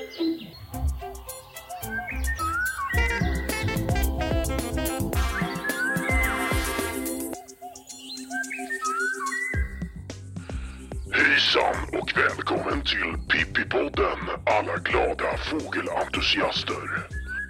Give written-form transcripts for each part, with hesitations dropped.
Hejsan och välkommen till Pippi-podden, alla glada fågelentusiaster.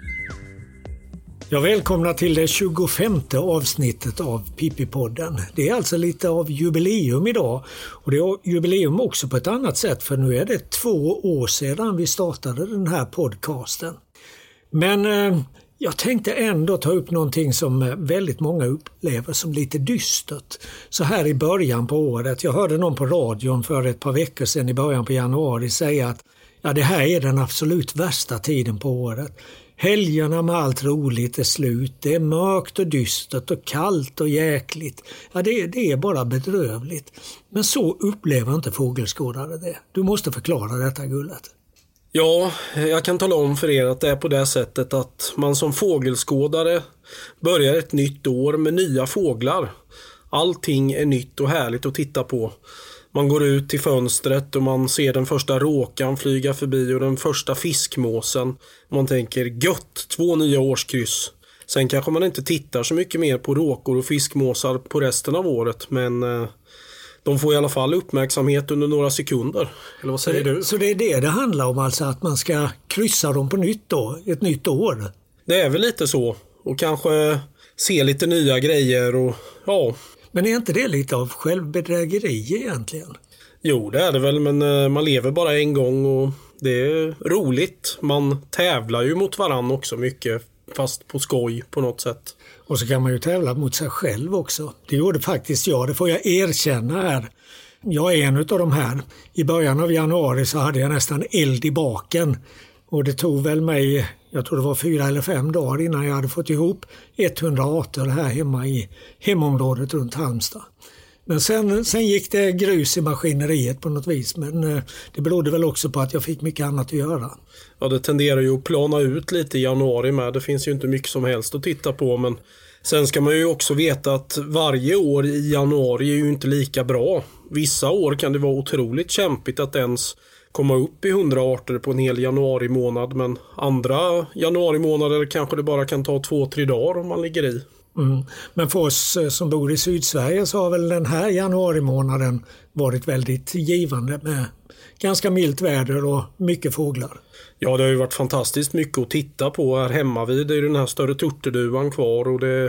Jag välkomnar till det 25:e avsnittet av Pippi-podden. Det är alltså lite av jubileum idag, och det är jubileum också på ett annat sätt, för nu är det 2 år sedan vi startade den här podcasten. Men jag tänkte ändå ta upp någonting som väldigt många upplever som lite dystert. Så här i början på året, jag hörde någon på radion för ett par veckor sedan i början på januari säga att det här är den absolut värsta tiden på året. Helgerna med allt roligt är slut, det är mörkt och dystert och kallt och jäkligt. Ja, det är bara bedrövligt. Men så upplever inte fågelskådare det. Du måste förklara detta, Gullet. Ja, jag kan tala om för er att det är på det sättet att man som fågelskådare börjar ett nytt år med nya fåglar. Allting är nytt och härligt att titta på. Man går ut till fönstret och man ser den första råkan flyga förbi och den första fiskmåsen. Man tänker, gött, 2 nya årskryss. Sen kanske man inte tittar så mycket mer på råkor och fiskmåsar på resten av året, men de får i alla fall uppmärksamhet under några sekunder. Eller vad säger du? Så det är det handlar om, alltså att man ska kryssa dem på nytt då, ett nytt år? Det är väl lite så. Och kanske se lite nya grejer och ja. Men är inte det lite av självbedrägeri egentligen? Jo, det är det väl, men man lever bara en gång och det är roligt. Man tävlar ju mot varann också mycket, fast på skoj på något sätt. Och så kan man ju tävla mot sig själv också. Det gjorde faktiskt jag, det får jag erkänna här. Jag är en av de här. I början av januari så hade jag nästan eld i baken. Och det tog väl mig, jag tror det var 4 eller 5 dagar innan jag hade fått ihop 100 arter här hemma i hemområdet runt Halmstad. Men sen gick det grus i maskineriet på något vis, men det berodde väl också på att jag fick mycket annat att göra. Ja, det tenderar ju att plana ut lite i januari med. Det finns ju inte mycket som helst att titta på, men sen ska man ju också veta att varje år i januari är ju inte lika bra. Vissa år kan det vara otroligt kämpigt att ens komma upp i 100 arter på en hel januari månad, men andra januari månader kanske det bara kan ta 2-3 dagar om man ligger i. Men för oss som bor i Sydsverige så har väl den här januari månaden varit väldigt givande med ganska milt väder och mycket fåglar. Ja, det har ju varit fantastiskt mycket att titta på här hemma vid. Det är den här större turturduvan kvar och det är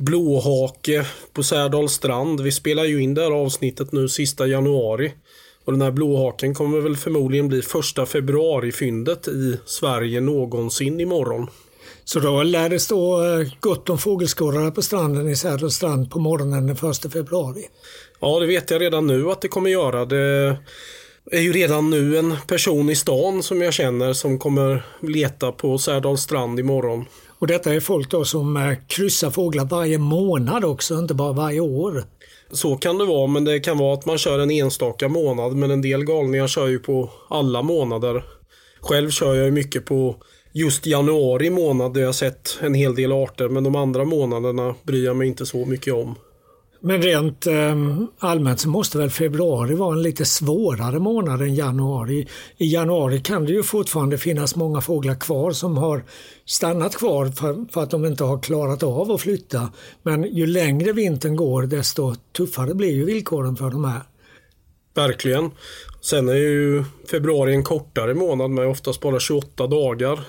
blåhake på Särdals strand. Vi spelar ju in det här avsnittet nu sista januari. Och den här blåhaken kommer väl förmodligen bli 1 februari-fyndet i Sverige någonsin imorgon. Så då lär det stå gott om fågelskådare på stranden i Särdals strand på morgonen den 1 februari. Ja, det vet jag redan nu att det kommer göra. Det är ju redan nu en person i stan som jag känner som kommer leta på Särdals strand imorgon. Och detta är folk då som kryssar fåglar varje månad också, inte bara varje år. Så kan det vara, men det kan vara att man kör en enstaka månad, men en del galningar kör ju på alla månader. Själv kör jag mycket på just januari månad där jag sett en hel del arter, men de andra månaderna bryr jag mig inte så mycket om. Men rent allmänt så måste väl februari vara en lite svårare månad än januari. I januari kan det ju fortfarande finnas många fåglar kvar som har stannat kvar för att de inte har klarat av att flytta. Men ju längre vintern går desto tuffare blir ju villkoren för de här. Verkligen. Sen är ju februari en kortare månad med oftast bara 28 dagar.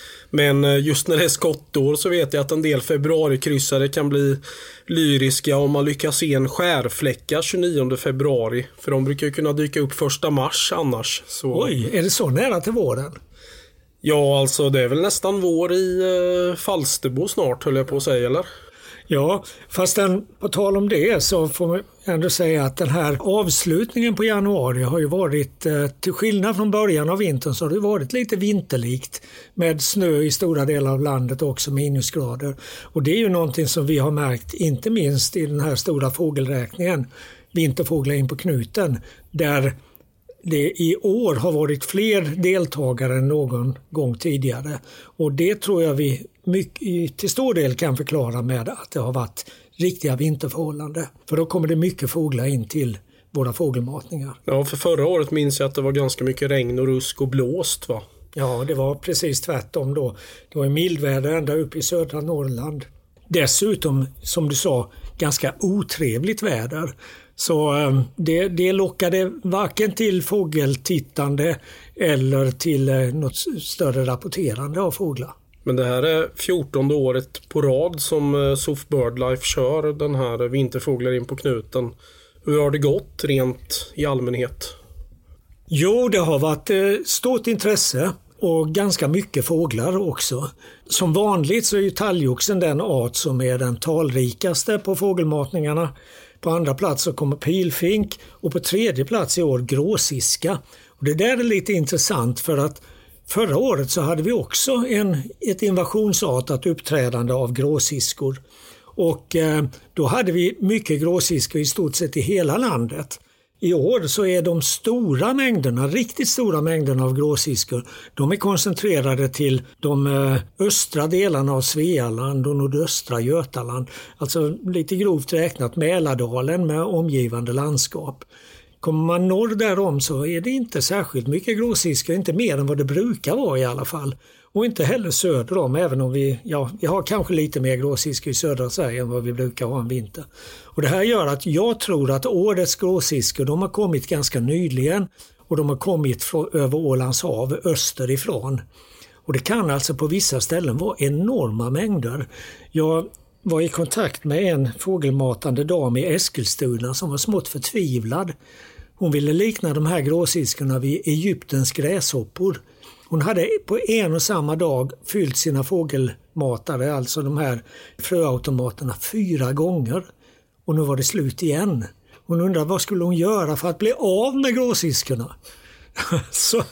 Men just när det är skottår så vet jag att en del februarikryssare kan bli lyriska om man lyckas se en skärfläcka 29 februari. För de brukar ju kunna dyka upp 1 mars annars. Så... Oj, är det så nära till våren? Ja, alltså det är väl nästan vår i Falsterbo snart, höll jag på att säga, eller? Ja, fast på tal om det så får man ändå säga att den här avslutningen på januari har ju varit, till skillnad från början av vintern så har det varit lite vinterlikt med snö i stora delar av landet och också minusgrader. Och det är ju någonting som vi har märkt inte minst i den här stora fågelräkningen, Vinterfåglar in på knuten, där det i år har varit fler deltagare än någon gång tidigare. Och det tror jag vi till stor del kan förklara med att det har varit riktiga vinterförhållanden. För då kommer det mycket fåglar in till våra fågelmatningar. Ja, för förra året minns jag att det var ganska mycket regn och rusk och blåst, va? Ja, det var precis tvärtom då. Det var mildväder ända upp i södra Norrland. Dessutom, som du sa, ganska otrevligt väder. Så det lockade varken till fågeltittande eller till något större rapporterande av fåglar. Men det här är 14:e året på rad som SOF BirdLife kör den här vinterfåglar in på knuten. Hur har det gått rent i allmänhet? Jo, det har varit stort intresse och ganska mycket fåglar också. Som vanligt så är ju talgoxen den art som är den talrikaste på fågelmatningarna. På andra plats så kommer pilfink och på tredje plats i år gråsiska. Och det där är lite intressant för att förra året så hade vi också ett invasionsartat uppträdande av gråsiskor. Och då hade vi mycket gråsiskor i stort sett i hela landet. I år så är de stora mängderna, riktigt stora mängderna av gråsiskor, de är koncentrerade till de östra delarna av Svealand och nordöstra Götaland. Alltså lite grovt räknat Mälardalen med omgivande landskap. Kommer man norr därom så är det inte särskilt mycket gråsiskor, inte mer än vad det brukar vara i alla fall. Och inte heller söder om, även om vi har kanske lite mer gråsiskor i södra Sverige än vad vi brukar ha en vinter. Och det här gör att jag tror att årets gråsiskor, de har kommit ganska nyligen och de har kommit över Ålands hav österifrån. Och det kan alltså på vissa ställen vara enorma mängder. Jag var i kontakt med en fågelmatande dam i Eskilstuna som var smått förtvivlad. Hon ville likna de här gråsiskorna vid Egyptens gräshoppor. Hon hade på en och samma dag fyllt sina fågelmatare, alltså de här fröautomaterna, 4 gånger. Och nu var det slut igen. Hon undrade vad skulle hon göra för att bli av med gråsiskorna. Så,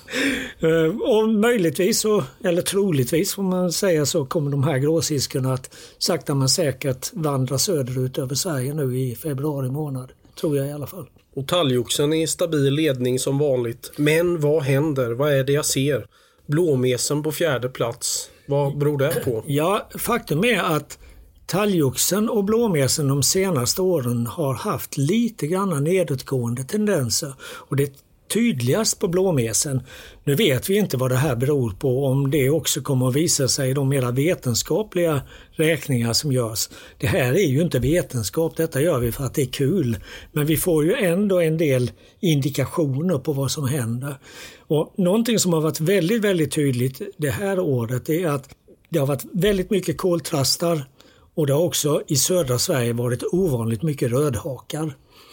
och möjligtvis, eller troligtvis får man säga, så kommer de här gråsiskorna att sakta men säkert vandra söderut över Sverige nu i februari månad. Tror jag i alla fall. Och talgoxen är i stabil ledning som vanligt. Men vad händer? Vad är det jag ser? Blåmesen på 4:e plats. Vad beror det på? Ja, faktum är att talgoxen och blåmesen de senaste åren har haft lite grann nedåtgående tendenser. Och det är tydligast på blåmesen. Nu vet vi inte vad det här beror på, om det också kommer att visa sig i de mera vetenskapliga räkningar som görs. Det här är ju inte vetenskap, detta gör vi för att det är kul. Men vi får ju ändå en del indikationer på vad som händer. Och någonting som har varit väldigt, väldigt tydligt det här året är att det har varit väldigt mycket koltrastar och det har också i södra Sverige varit ovanligt mycket rödhakar.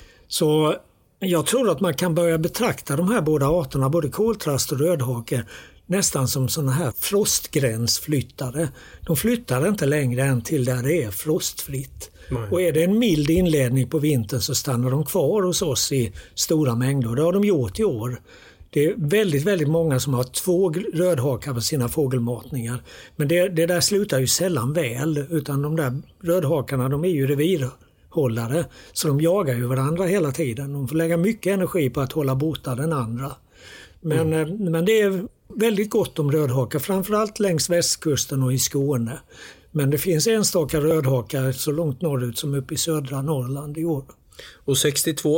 Så jag tror att man kan börja betrakta de här båda arterna, både koltrast och rödhake, nästan som såna här frostgränsflyttare. De flyttar inte längre än till där det är frostfritt. Nej. Och är det en mild inledning på vintern så stannar de kvar hos oss i stora mängder. Det har de gjort i år. Det är väldigt, väldigt många som har 2 rödhakar på sina fågelmatningar. Men det där slutar ju sällan väl, utan de där rödhakarna, de är ju revirhållare, så de jagar ju varandra hela tiden. De får lägga mycket energi på att hålla borta den andra. Men det är väldigt gott om rödhakar, framförallt längs västkusten och i Skåne. Men det finns enstaka rödhakar så långt norrut som uppe i södra Norrland i år. Och 62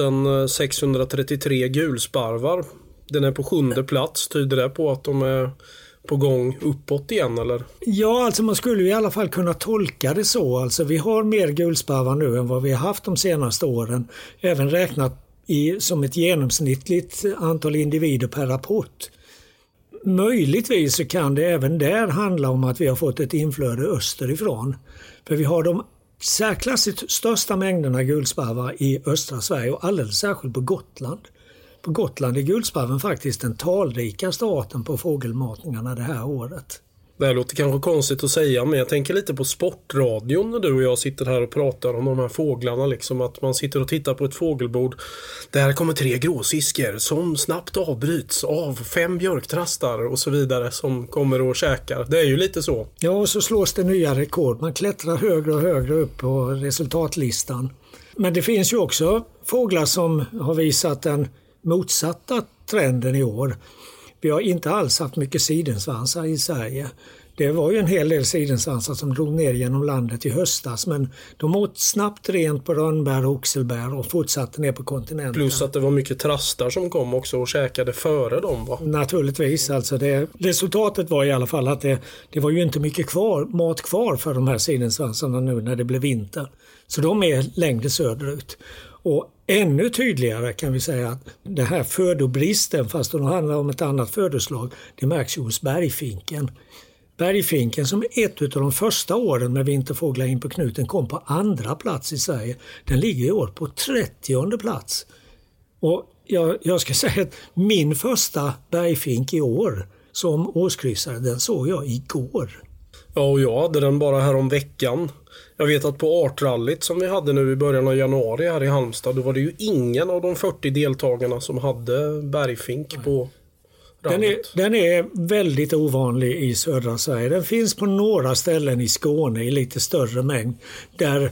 633 gulsparvar. Den är på 7:e plats. Tyder det på att de är på gång uppåt igen, eller? Ja, alltså man skulle i alla fall kunna tolka det så. Alltså vi har mer gulsparvar nu än vad vi har haft de senaste åren. Även räknat som ett genomsnittligt antal individer per rapport. Möjligtvis så kan det även där handla om att vi har fått ett inflöde österifrån. För vi har de särklassigt största mängderna gulsparvar i östra Sverige och alldeles särskilt på Gotland. På Gotland är gulsparven faktiskt den talrikaste arten på fågelmatningarna det här året. Det här låter kanske konstigt att säga, men jag tänker lite på sportradion när du och jag sitter här och pratar om de här fåglarna. Liksom att man sitter och tittar på ett fågelbord. Där kommer 3 gråsiskor som snabbt avbryts av 5 björktrastar och så vidare som kommer och käkar. Det är ju lite så. Ja, och så slås det nya rekord. Man klättrar högre och högre upp på resultatlistan. Men det finns ju också fåglar som har visat den motsatta trenden i år. Vi har inte alls haft mycket sidensvansar i Sverige. Det var ju en hel del sidensvansar som drog ner genom landet i höstas, men de åt snabbt rent på rönnbär och oxelbär och fortsatte ner på kontinenten. Plus att det var mycket trastar som kom också och käkade före dem, va? Naturligtvis, alltså resultatet var i alla fall att det var ju inte mycket mat kvar för de här sidensvansarna nu när det blev vinter. Så de är längre söderut. Och ännu tydligare kan vi säga att det här födobristen, fast det handlar om ett annat födoslag, det märks ju hos bergfinken. Bergfinken som ett av de första åren med vinterfåglar in på knuten kom på andra plats i Sverige. Den ligger i år på 30:e plats. Och jag ska säga att min första bergfink i år som årskryssare, den såg jag igår. Ja, och jag hade den bara här om veckan. Jag vet att på artrallyt som vi hade nu i början av januari här i Halmstad, då var det ju ingen av de 40 deltagarna som hade bergfink på rallyt. Den är väldigt ovanlig i södra Sverige. Den finns på några ställen i Skåne i lite större mängd där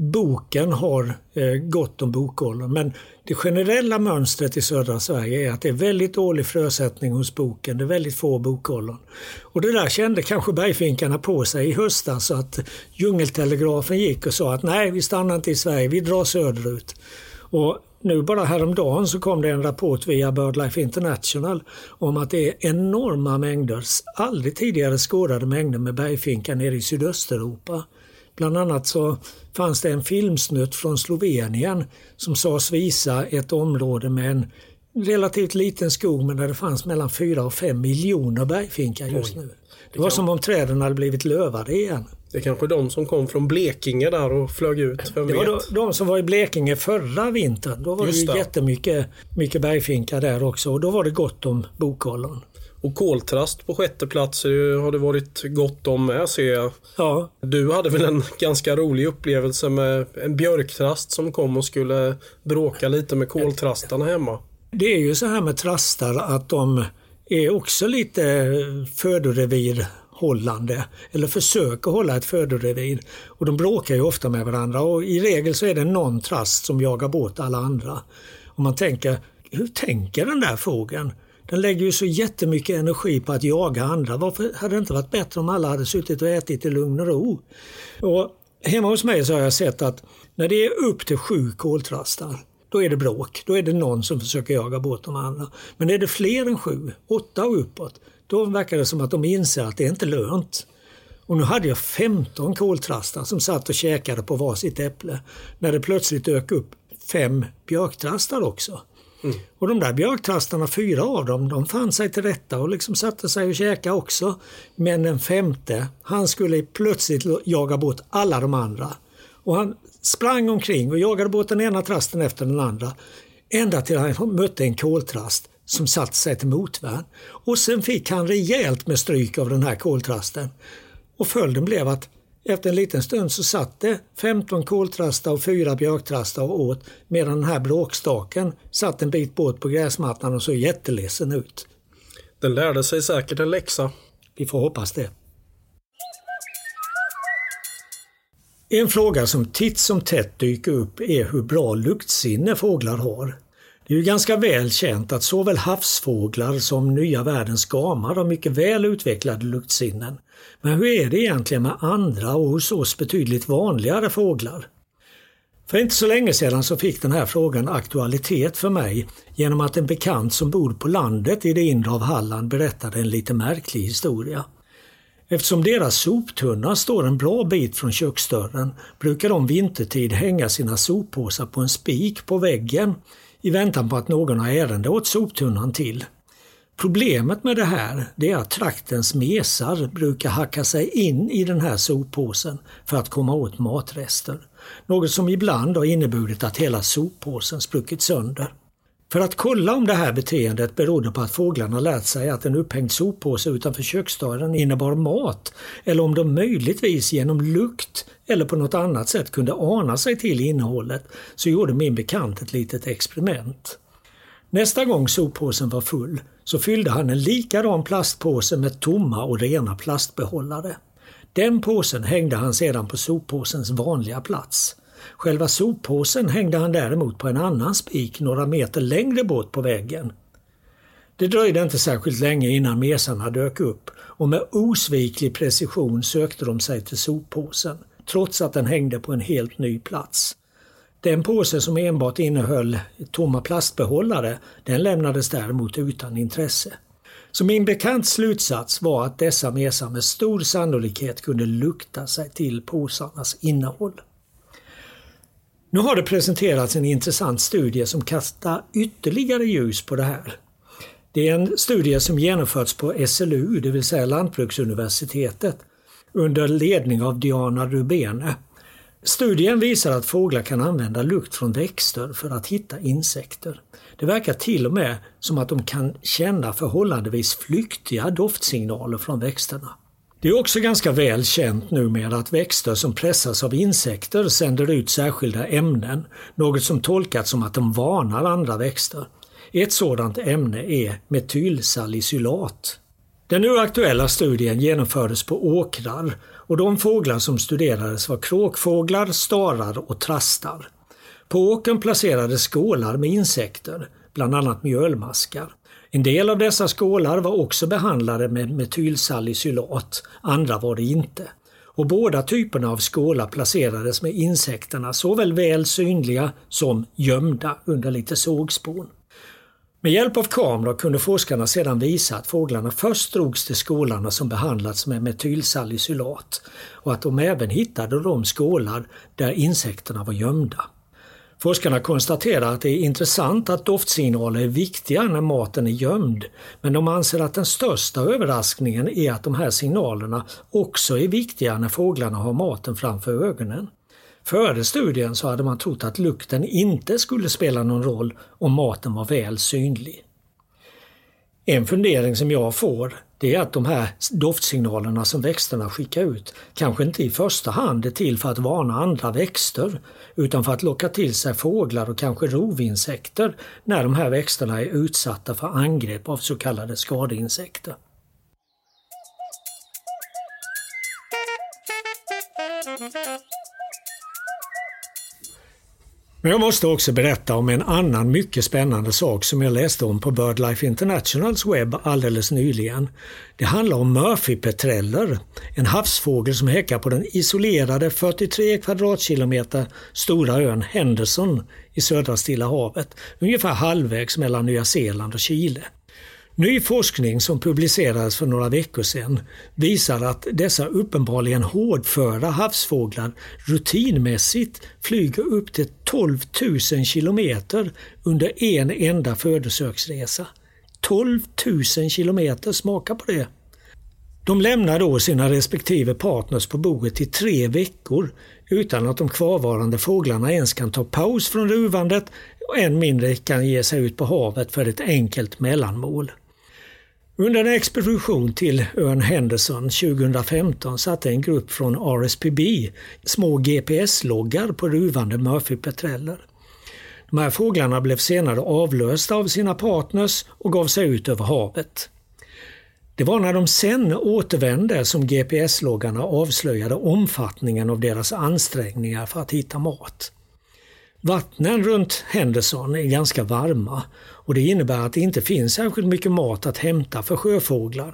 boken har gott om bokollon. Men det generella mönstret i södra Sverige är att det är väldigt dålig frösättning hos boken. Det är väldigt få bokollon. Och det där kände kanske bergfinkarna på sig i höstas, så att djungeltelegrafen gick och sa att nej, vi stannar inte i Sverige, vi drar söderut. Och nu bara häromdagen så kom det en rapport via BirdLife International om att det är enorma mängder, aldrig tidigare skådade mängder med bergfinkar nere i Sydösteuropa. Bland annat så fanns det en filmsnutt från Slovenien som sades visa ett område med en relativt liten skog, men där det fanns mellan 4 och 5 miljoner bergfinkar just nu. Det var som om träden hade blivit lövade igen. Det är kanske de som kom från Blekinge där och flög ut. Det var de som var i Blekinge förra vintern. Då var det ju jättemycket bergfinkar där också, och då var det gott om bokollon. Och koltrast på 6:e plats har det varit gott om med, ser jag. Ja. Du hade väl en ganska rolig upplevelse med en björktrast som kom och skulle bråka lite med koltrastarna hemma. Det är ju så här med trastar att de är också lite födorevirhållande, eller försöker hålla ett födorevir. Och de bråkar ju ofta med varandra, och i regel så är det någon trast som jagar bort alla andra. Och man tänker, hur tänker den där fågeln? Den lägger ju så jättemycket energi på att jaga andra. Varför hade det inte varit bättre om alla hade suttit och ätit i lugn och ro? Och hemma hos mig så har jag sett att när det är upp till 7 koltrastar, då är det bråk. Då är det någon som försöker jaga bort de andra. Men är det fler än 7, 8 och uppåt, då verkar det som att de inser att det är inte lönt. Och nu hade jag 15 koltrastar som satt och käkade på varsitt äpple, när det plötsligt dök upp 5 björktrastar också. Och de där björktrastarna, 4 av dem, de fann sig till rätta och liksom satte sig och käka också. Men den 5:e, han skulle plötsligt jaga bort alla de andra. Och han sprang omkring och jagade bort den ena trasten efter den andra. Ända till han mötte en koltrast som satte sig till motvärn. Och sen fick han rejält med stryk av den här koltrasten. Och följden blev att efter en liten stund så satt det 15 koltrastar och 4 björktrastar och åt, medan den här bråkstaken satt en bit bort på gräsmattan och så jätteledsen ut. Den lärde sig säkert en läxa. Vi får hoppas det. En fråga som titt som tätt dyker upp är hur bra luktsinne fåglar har. Det är ju ganska väl känt att såväl havsfåglar som nya världens gamar har mycket väl utvecklade luktsinnen. Men hur är det egentligen med andra och hos oss betydligt vanligare fåglar? För inte så länge sedan så fick den här frågan aktualitet för mig genom att en bekant som bor på landet i det inre av Halland berättade en lite märklig historia. Eftersom deras soptunna står en bra bit från köksdörren brukar de vintertid hänga sina soppåsar på en spik på väggen i väntan på att någon har ärende åt soptunnan till. Problemet med det här är att traktens mesar brukar hacka sig in i den här soppåsen för att komma åt matrester. Något som ibland har inneburit att hela soppåsen spruckit sönder. För att kolla om det här beteendet berodde på att fåglarna lärt sig att en upphängd soppåse utanför köksdörren innebar mat, eller om de möjligtvis genom lukt eller på något annat sätt kunde ana sig till innehållet, så gjorde min bekant ett litet experiment. Nästa gång soppåsen var full så fyllde han en likadan plastpåse med tomma och rena plastbehållare. Den påsen hängde han sedan på soppåsens vanliga plats. Själva soppåsen hängde han däremot på en annan spik några meter längre bort på väggen. Det dröjde inte särskilt länge innan mesarna dök upp och med osviklig precision sökte de sig till soppåsen, trots att den hängde på en helt ny plats. Den påse som enbart innehöll tomma plastbehållare, den lämnades däremot utan intresse. Så min bekants slutsats var att dessa mesar med stor sannolikhet kunde lukta sig till påsarnas innehåll. Nu har det presenterats en intressant studie som kastar ytterligare ljus på det här. Det är en studie som genomförts på SLU, det vill säga Lantbruksuniversitetet, under ledning av Diana Rubene. Studien visar att fåglar kan använda lukt från växter för att hitta insekter. Det verkar till och med som att de kan känna förhållandevis flyktiga doftsignaler från växterna. Det är också ganska väl känt numera att växter som pressas av insekter sänder ut särskilda ämnen, något som tolkats som att de varnar andra växter. Ett sådant ämne är metylsalicylat. Den nu aktuella studien genomfördes på åkrar och de fåglar som studerades var kråkfåglar, starar och trastar. På åkern placerades skålar med insekter, bland annat mjölmaskar. En del av dessa skålar var också behandlade med metylsalicylat, andra var det inte. Och båda typerna av skålar placerades med insekterna såväl väl synliga som gömda under lite sågspån. Med hjälp av kameror kunde forskarna sedan visa att fåglarna först drogs till skålarna som behandlats med metylsalicylat och att de även hittade de skålar där insekterna var gömda. Forskarna konstaterar att det är intressant att doftsignaler är viktiga när maten är gömd, men de anser att den största överraskningen är att de här signalerna också är viktiga när fåglarna har maten framför ögonen. Före studien så hade man trott att lukten inte skulle spela någon roll om maten var väl synlig. En fundering som jag får, det är att de här doftsignalerna som växterna skickar ut kanske inte i första hand är till för att varna andra växter utan för att locka till sig fåglar och kanske rovinsekter när de här växterna är utsatta för angrepp av så kallade skadeinsekter. Men jag måste också berätta om en annan mycket spännande sak som jag läste om på BirdLife Internationals webb alldeles nyligen. Det handlar om murphypetreller, en havsfågel som häckar på den isolerade 43 kvadratkilometer stora ön Henderson i södra Stilla havet, ungefär halvvägs mellan Nya Zeeland och Chile. Ny forskning som publicerades för några veckor sedan visar att dessa uppenbarligen hårdföra havsfåglar rutinmässigt flyger upp till 12 000 kilometer under en enda födosöksresa. 12 000 kilometer, smaka på det! De lämnar då sina respektive partners på boet i 3 veckor utan att de kvarvarande fåglarna ens kan ta paus från ruvandet och än mindre kan ge sig ut på havet för ett enkelt mellanmål. Under en expedition till ön Henderson 2015 satte en grupp från RSPB små GPS-loggar på ruvande murphypetreller. De här fåglarna blev senare avlösta av sina partners och gav sig ut över havet. Det var när de sen återvände som GPS-loggarna avslöjade omfattningen av deras ansträngningar för att hitta mat. Vattnen runt Henderson är ganska varma och det innebär att det inte finns särskilt mycket mat att hämta för sjöfåglar.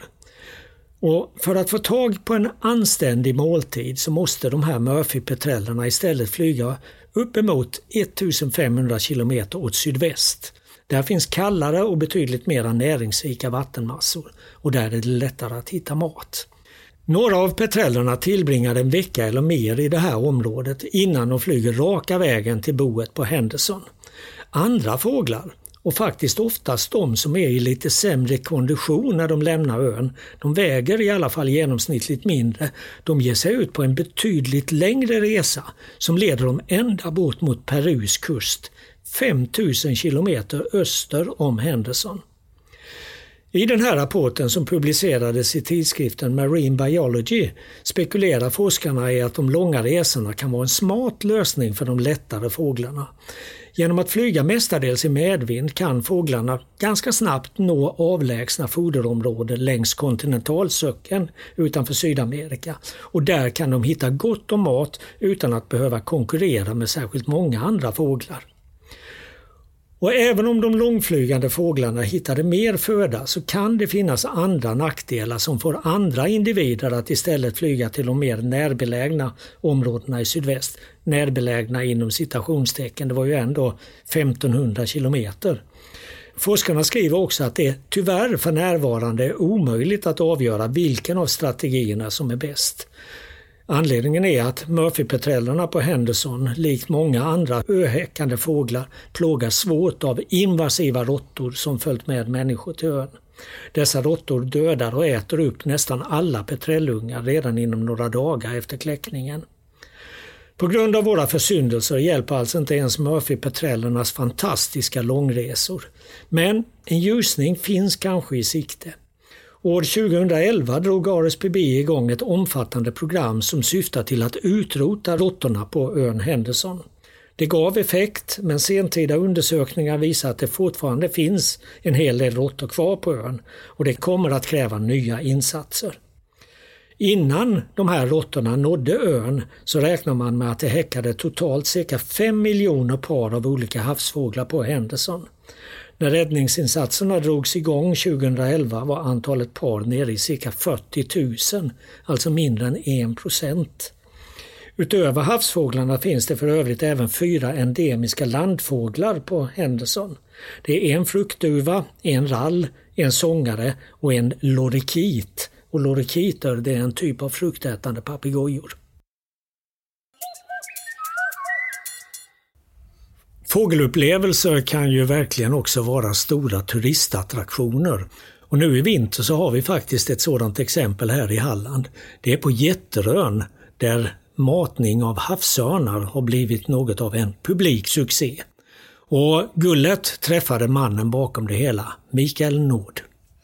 Och för att få tag på en anständig måltid så måste de här murphypetrellerna istället flyga uppemot 1500 kilometer åt sydväst. Där finns kallare och betydligt mer näringsrika vattenmassor och där är det lättare att hitta mat. Några av petrellerna tillbringar en vecka eller mer i det här området innan de flyger raka vägen till boet på Henderson. Andra fåglar, och faktiskt oftast de som är i lite sämre kondition när de lämnar ön, de väger i alla fall genomsnittligt mindre, de ger sig ut på en betydligt längre resa som leder dem ända bort mot Perus kust, 5000 kilometer öster om Henderson. I den här rapporten som publicerades i tidskriften Marine Biology spekulerar forskarna i att de långa resorna kan vara en smart lösning för de lättare fåglarna. Genom att flyga mestadels i medvind kan fåglarna ganska snabbt nå avlägsna foderområden längs kontinentalsökeln utanför Sydamerika och där kan de hitta gott om mat utan att behöva konkurrera med särskilt många andra fåglar. Och även om de långflygande fåglarna hittade mer föda så kan det finnas andra nackdelar som får andra individer att istället flyga till de mer närbelägna områdena i sydväst. Närbelägna inom citationstecken, det var ju ändå 1500 kilometer. Forskarna skriver också att det tyvärr för närvarande är omöjligt att avgöra vilken av strategierna som är bäst. Anledningen är att Murphy-petrellerna på Henderson, likt många andra öhäckande fåglar, plågas svårt av invasiva råttor som följt med människor till ön. Dessa råttor dödar och äter upp nästan alla petrellungar redan inom några dagar efter kläckningen. På grund av våra försyndelser hjälper alltså inte ens Murphy-petrellernas fantastiska långresor. Men en ljusning finns kanske i sikte. År 2011 drog RSPB igång ett omfattande program som syftar till att utrota råttorna på ön Henderson. Det gav effekt, men sentida undersökningar visar att det fortfarande finns en hel del råttor kvar på ön och det kommer att kräva nya insatser. Innan de här råttorna nådde ön så räknar man med att det häckade totalt cirka 5 miljoner par av olika havsfåglar på Henderson. När räddningsinsatserna drogs igång 2011 var antalet par nere i cirka 40 000, alltså mindre än 1%. Utöver havsfåglarna finns det för övrigt även 4 endemiska landfåglar på Henderson. Det är en fruktduva, en rall, en sångare och en lorikit. Och lorikiter, det är en typ av fruktätande papegojor. Fågelupplevelser kan ju verkligen också vara stora turistattraktioner. Och nu i vinter så har vi faktiskt ett sådant exempel här i Halland. Det är på Jätterön där matning av havsörnar har blivit något av en publiksuccé. Och Gullet träffade mannen bakom det hela, Mikael Nord.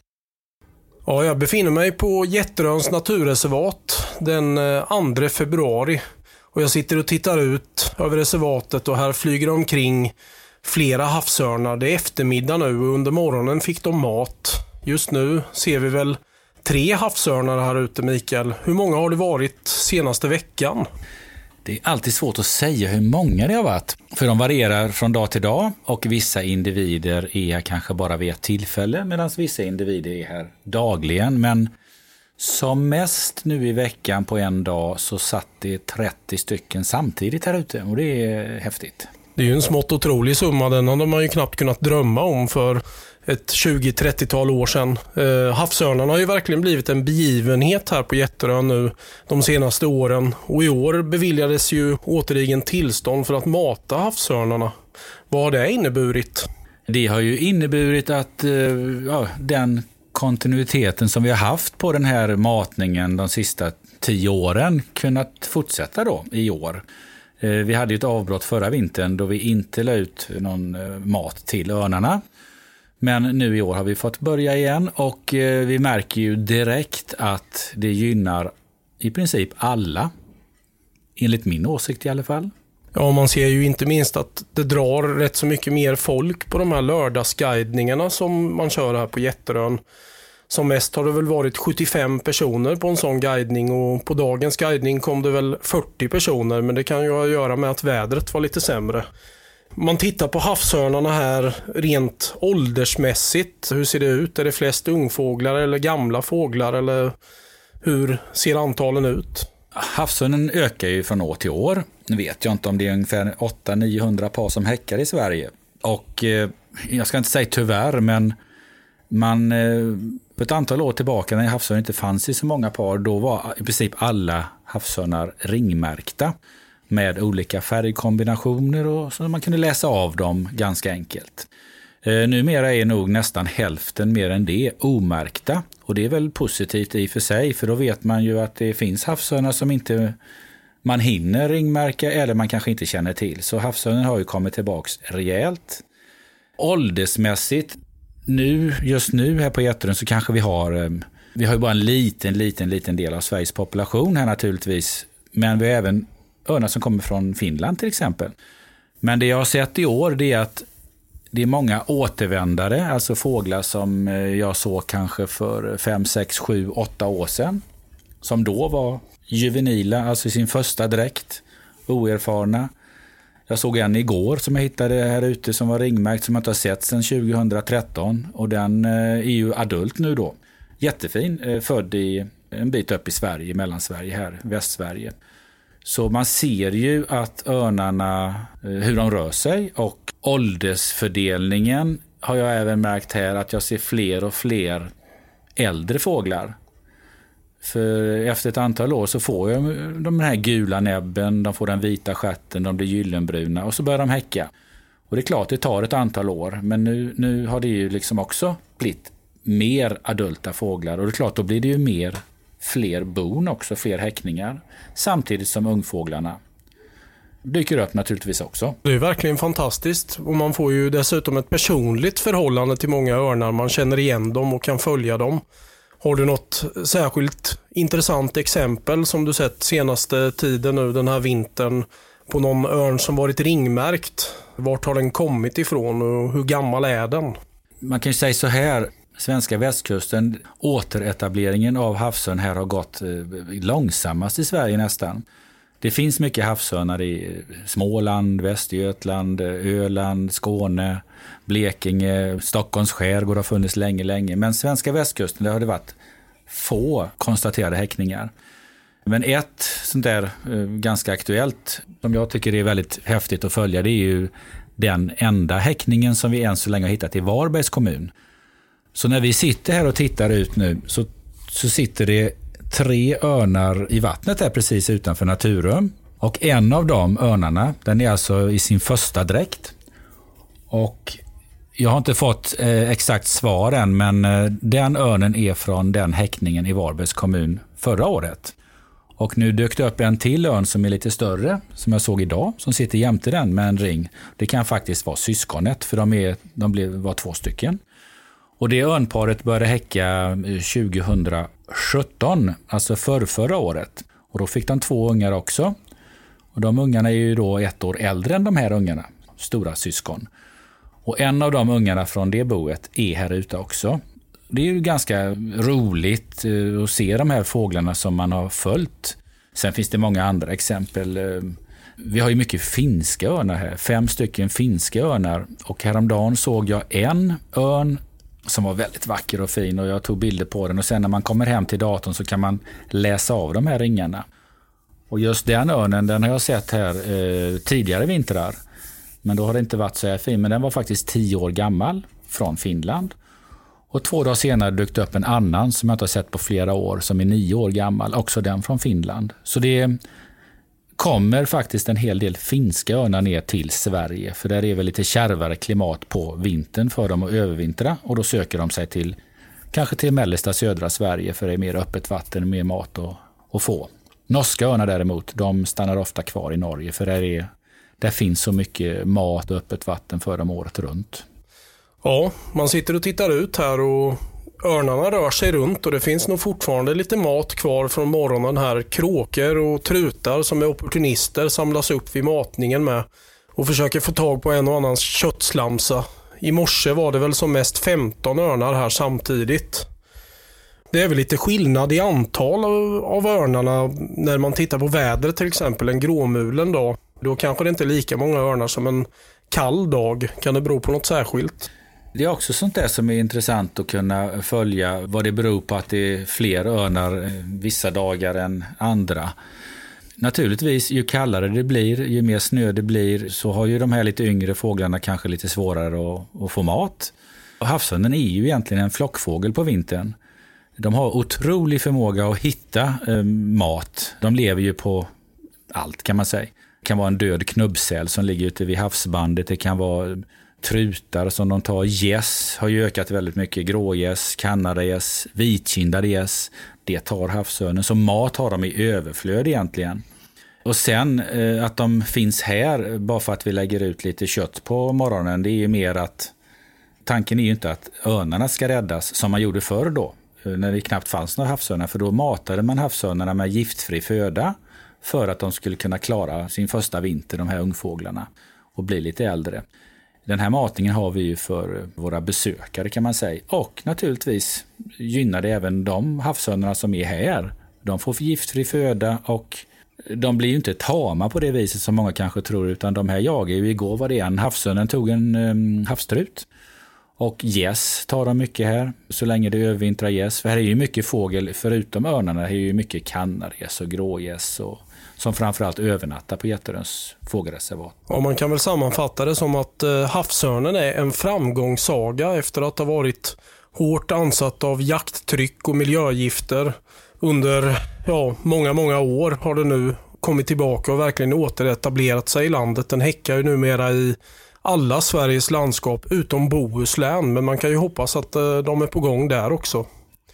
Ja, jag befinner mig på Jätteröns naturreservat den 2 februari. Och jag sitter och tittar ut över reservatet och här flyger omkring flera havsörnar. Det är eftermiddag nu och under morgonen fick de mat. Just nu ser vi väl 3 havsörnar här ute, Mikael. Hur många har det varit senaste veckan? Det är alltid svårt att säga hur många det har varit. För de varierar från dag till dag och vissa individer är här kanske bara vid ett tillfälle medan vissa individer är här dagligen. Men som mest nu i veckan på en dag så satt det 30 stycken samtidigt här ute och det är häftigt. Det är ju en smått otrolig summa, den hade man ju knappt kunnat drömma om för ett 20-30-tal år sedan. Havsörnarna har ju verkligen blivit en begivenhet här på Jätterön nu de senaste åren och i år beviljades ju återigen tillstånd för att mata havsörnarna. Vad har det inneburit? Det har ju inneburit att den kontinuiteten som vi har haft på den här matningen de sista 10 åren kunnat fortsätta då i år. Vi hade ju ett avbrott förra vintern då vi inte la ut någon mat till örnarna. Men nu i år har vi fått börja igen och vi märker ju direkt att det gynnar i princip alla. Enligt min åsikt i alla fall. Ja, man ser ju inte minst att det drar rätt så mycket mer folk på de här lördagsguidningarna som man kör här på Jätterön. Som mest har det väl varit 75 personer på en sån guidning och på dagens guidning kom det väl 40 personer, men det kan ju ha att göra med att vädret var lite sämre. Man tittar på havsörnarna här rent åldersmässigt. Hur ser det ut? Är det flest ungfåglar eller gamla fåglar eller hur ser antalen ut? Havsörnen ökar ju från år till år. Nu vet jag inte om det är ungefär 800-900 par som häckar i Sverige. Och jag ska inte säga tyvärr, men man på ett antal år tillbaka när havsörn inte fanns i så många par, då var i princip alla havsörnar ringmärkta med olika färgkombinationer och så man kunde läsa av dem ganska enkelt. Numera är nog nästan hälften mer än det omärkta och det är väl positivt i för sig, för då vet man ju att det finns havsörnar som inte man hinner ringmärka eller man kanske inte känner till. Så havsörnen har ju kommit tillbaks rejält. Åldersmässigt just nu här på Jätterön så kanske vi har ju bara en liten del av Sveriges population här naturligtvis, men vi har även örnar som kommer från Finland till exempel. Men det jag har sett i år det är att det är många återvändare, alltså fåglar som jag såg kanske för 5, 6, 7, 8 år sedan. Som då var juvenila, alltså i sin första dräkt, oerfarna. Jag såg en igår som jag hittade här ute som var ringmärkt som jag inte har sett sedan 2013. Och den är ju adult nu då. Jättefin, född i en bit upp i Sverige, Mellansverige här, Västsverige. Så man ser ju att örnarna, hur de rör sig, och åldersfördelningen har jag även märkt här att jag ser fler och fler äldre fåglar. För efter ett antal år så får jag de här gula näbben, de får den vita stjärten, de blir gyllenbruna och så börjar de häcka. Och det är klart det tar ett antal år, men nu har det ju liksom också blivit mer adulta fåglar och det är klart då blir det ju fler bon också, fler häckningar, samtidigt som ungfåglarna dyker upp naturligtvis också. Det är verkligen fantastiskt och man får ju dessutom ett personligt förhållande till många örnar. Man känner igen dem och kan följa dem. Har du något särskilt intressant exempel som du sett senaste tiden nu den här vintern på någon örn som varit ringmärkt? Vart har den kommit ifrån och hur gammal är den? Man kan ju säga så här, svenska västkusten, återetableringen av havsörn här har gått långsammast i Sverige nästan. Det finns mycket havsörnar i Småland, Västergötland, Öland, Skåne, Blekinge, Stockholms skärgård har funnits länge. Men svenska västkusten, där har det varit få konstaterade häckningar. Men ett sånt där ganska aktuellt som jag tycker är väldigt häftigt att följa, det är ju den enda häckningen som vi än så länge har hittat i Varbergs kommun. Så när vi sitter här och tittar ut nu så sitter det 3 örnar i vattnet här precis utanför Naturum. Och en av de örnarna, den är alltså i sin första dräkt. Och jag har inte fått exakt svar än, men den örnen är från den häckningen i Varbergs kommun förra året. Och nu dök det upp en till örn som är lite större, som jag såg idag, som sitter jämte den med en ring. Det kan faktiskt vara syskonet, för de var 2 stycken. Och det örnparet började häcka 2017, alltså förra året. Och då fick de 2 ungar också. Och de ungarna är ju då 1 år äldre än de här ungarna, stora syskon. Och en av de ungarna från det boet är här ute också. Det är ju ganska roligt att se de här fåglarna som man har följt. Sen finns det många andra exempel. Vi har ju mycket finska örnar här, 5 stycken finska örnar. Och häromdagen såg jag en örn som var väldigt vacker och fin och jag tog bilder på den. Och sen när man kommer hem till datorn så kan man läsa av de här ringarna. Och just den örnen, den har jag sett här tidigare vintrar. Men då har det inte varit så här fin. Men den var faktiskt 10 år gammal från Finland. Och 2 dagar senare dök det upp en annan som jag inte har sett på flera år som är 9 år gammal. Också den från Finland. Så det kommer faktiskt en hel del finska örnar ner till Sverige. För där är väl lite kärvare klimat på vintern för dem att övervintra. Och då söker de sig kanske till mellersta södra Sverige för det är mer öppet vatten och mer mat att få. Norska örnar däremot, de stannar ofta kvar i Norge för där finns så mycket mat och öppet vatten för dem året runt. Ja, man sitter och tittar ut här och örnarna rör sig runt och det finns nog fortfarande lite mat kvar från morgonen här. Kråkor och trutar som är opportunister samlas upp vid matningen med och försöker få tag på en och annan köttslamsa. I morse var det väl som mest 15 örnar här samtidigt. Det är väl lite skillnad i antal av örnarna när man tittar på vädret, till exempel en gråmulen dag. Då kanske det inte är lika många örnar som en kall dag. Kan det bero på något särskilt? Det är också sånt där som är intressant att kunna följa vad det beror på att det är fler örnar vissa dagar än andra. Naturligtvis, ju kallare det blir, ju mer snö det blir så har ju de här lite yngre fåglarna kanske lite svårare att få mat. Och havsörnen är ju egentligen en flockfågel på vintern. De har otrolig förmåga att hitta mat. De lever ju på allt kan man säga. Det kan vara en död knubbsäl som ligger ute vid havsbandet. Det kan vara trutar som de tar. Gäss har ju ökat väldigt mycket. Grågäss, kanadagäss, vitkindade gäss. Det tar havsörnen. Så mat har de i överflöd egentligen. Och sen att de finns här bara för att vi lägger ut lite kött på morgonen. Det är ju mer att tanken är ju inte att örnarna ska räddas som man gjorde förr då. När det knappt fanns några havsörnar. För då matade man havsörnarna med giftfri föda. För att de skulle kunna klara sin första vinter, de här ungfåglarna. Och bli lite äldre. Den här matningen har vi ju för våra besökare kan man säga. Och naturligtvis gynnar det även de havsörnarna som är här. De får giftfri föda och de blir ju inte tama på det viset som många kanske tror, utan de här jagar ju. Igår var det en havsörnen tog en havstrut. Och gäss tar de mycket här, så länge det övervintrar gäss. För här är ju mycket fågel, förutom örnarna, här är ju mycket kannargäss och grågäss och som framförallt övernattar på Jätteröns fågelreservat. Ja, man kan väl sammanfatta det som att havsörnen är en framgångssaga efter att ha varit hårt ansatt av jakttryck och miljögifter under många år har det nu kommit tillbaka och verkligen återetablerat sig i landet. Den häckar ju numera i alla Sveriges landskap utom Bohuslän, men man kan ju hoppas att de är på gång där också.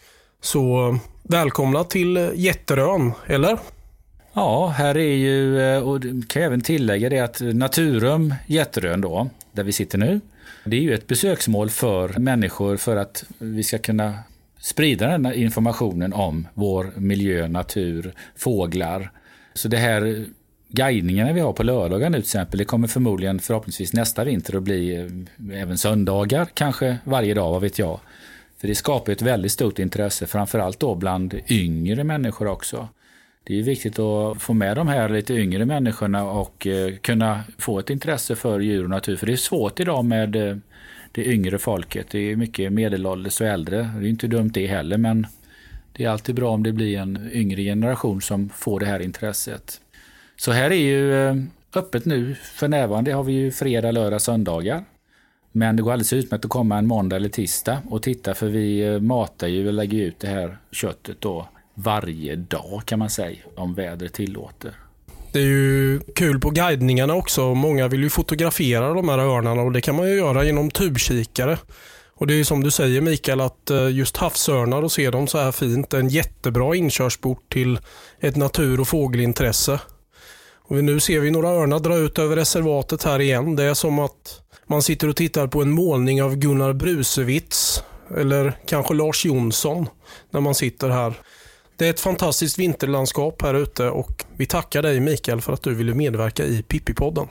Så välkomna till Jätterön, eller? Ja, här är ju, och kan jag även tillägga det att Naturum Jätterön då, där vi sitter nu, det är ju ett besöksmål för människor för att vi ska kunna sprida den här informationen om vår miljö, natur, fåglar. Så det här guidningarna vi har på lördagar nu till exempel, det kommer förhoppningsvis nästa vinter att bli även söndagar, kanske varje dag, vad vet jag. För det skapar ett väldigt stort intresse, framförallt då bland yngre människor också. Det är viktigt att få med de här lite yngre människorna och kunna få ett intresse för djur och natur. För det är svårt idag med det yngre folket. Det är mycket medelålders och äldre. Det är inte dumt det heller, men det är alltid bra om det blir en yngre generation som får det här intresset. Så här är ju öppet nu. För närvarande har vi ju fredag, lördag, söndagar. Men det går alldeles utmärkt att komma en måndag eller tisdag och titta, för vi matar ju och lägger ut det här köttet då varje dag kan man säga, om vädret tillåter. Det är ju kul på guidningarna också. Många vill ju fotografera de här örnarna och det kan man ju göra genom tubkikare. Och det är som du säger, Mikael, att just havsörnar och se dem så här fint är en jättebra inkörsport till ett natur- och fågelintresse. Och nu ser vi några örnar dra ut över reservatet här igen. Det är som att man sitter och tittar på en målning av Gunnar Brusewitz eller kanske Lars Jonsson när man sitter här. Det är ett fantastiskt vinterlandskap här ute och vi tackar dig, Mikael, för att du ville medverka i Pippi-podden.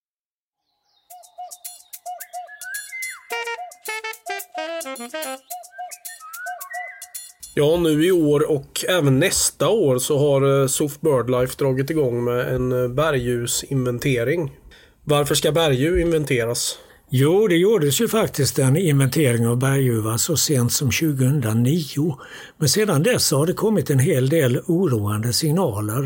Ja, nu i år och även nästa år så har SOF BirdLife dragit igång med en bergdjursinventering. Varför ska bergdjur inventeras? Jo, det gjordes ju faktiskt en inventering av berguvar så sent som 2009. Men sedan dess har det kommit en hel del oroande signaler.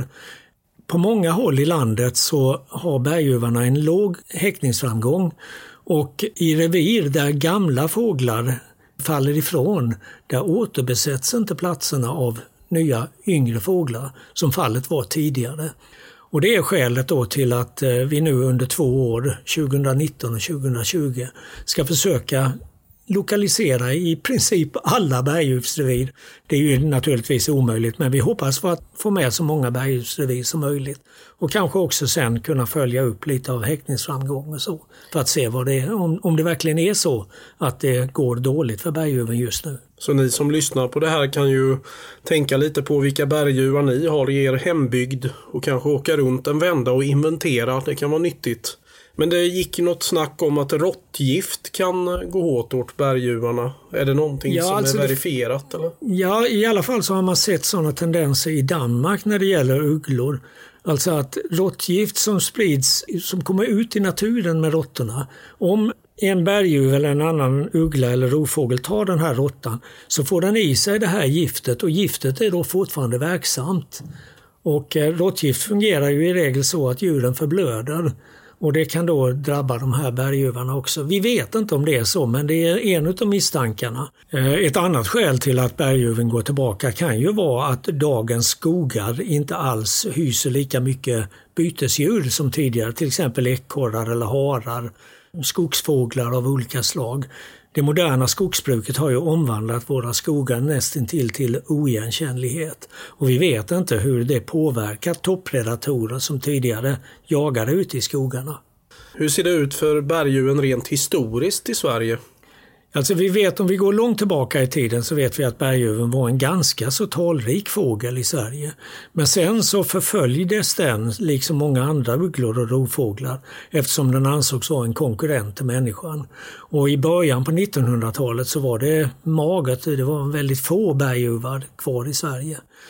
På många håll i landet så har berguvarna en låg häckningsframgång, och i revir där gamla fåglar faller ifrån, där återbesätts inte platserna av nya yngre fåglar som fallet var tidigare. Och det är skälet då till att vi nu under 2 år, 2019 och 2020, ska försöka lokalisera i princip alla bergdjupsrevir. Det är ju naturligtvis omöjligt, men vi hoppas för att få med så många bergdjupsrevir som möjligt. Och kanske också sen kunna följa upp lite av häckningsframgång och så, för att se vad det är, om det verkligen är så att det går dåligt för berguven just nu. Så ni som lyssnar på det här kan ju tänka lite på vilka berguvar ni har i er hembygd och kanske åka runt en vända och inventera. Det kan vara nyttigt. Men det gick något snack om att råttgift kan gå hårt åt berguvarna. Är det någonting som är verifierat? Eller? Ja, i alla fall så har man sett sådana tendenser i Danmark när det gäller ugglor. Alltså att råttgift som sprids, som kommer ut i naturen med råttorna. Om en berguv eller en annan uggla eller rovfågel tar den här råttan, så får den i sig det här giftet, och giftet är då fortfarande verksamt. Och råttgift fungerar ju i regel så att djuren förblöder. Och det kan då drabba de här berguvarna också. Vi vet inte om det är så, men det är en av misstankarna. Ett annat skäl till att berguven går tillbaka kan ju vara att dagens skogar inte alls hyser lika mycket bytesdjur som tidigare. Till exempel ekorrar eller harar, skogsfåglar av olika slag. Det moderna skogsbruket har ju omvandlat våra skogar nästintill till oigenkännlighet. Och vi vet inte hur det påverkar toppredatorer som tidigare jagade ute i skogarna. Hur ser det ut för berguven rent historiskt i Sverige? Alltså vi vet, om vi går långt tillbaka i tiden, så vet vi att berguven var en ganska så talrik fågel i Sverige. Men sen så förföljdes den liksom många andra ugglor och rovfåglar, eftersom den ansågs vara en konkurrent till människan. Och i början på 1900-talet så var det magert, det var väldigt få berguvar kvar i Sverige.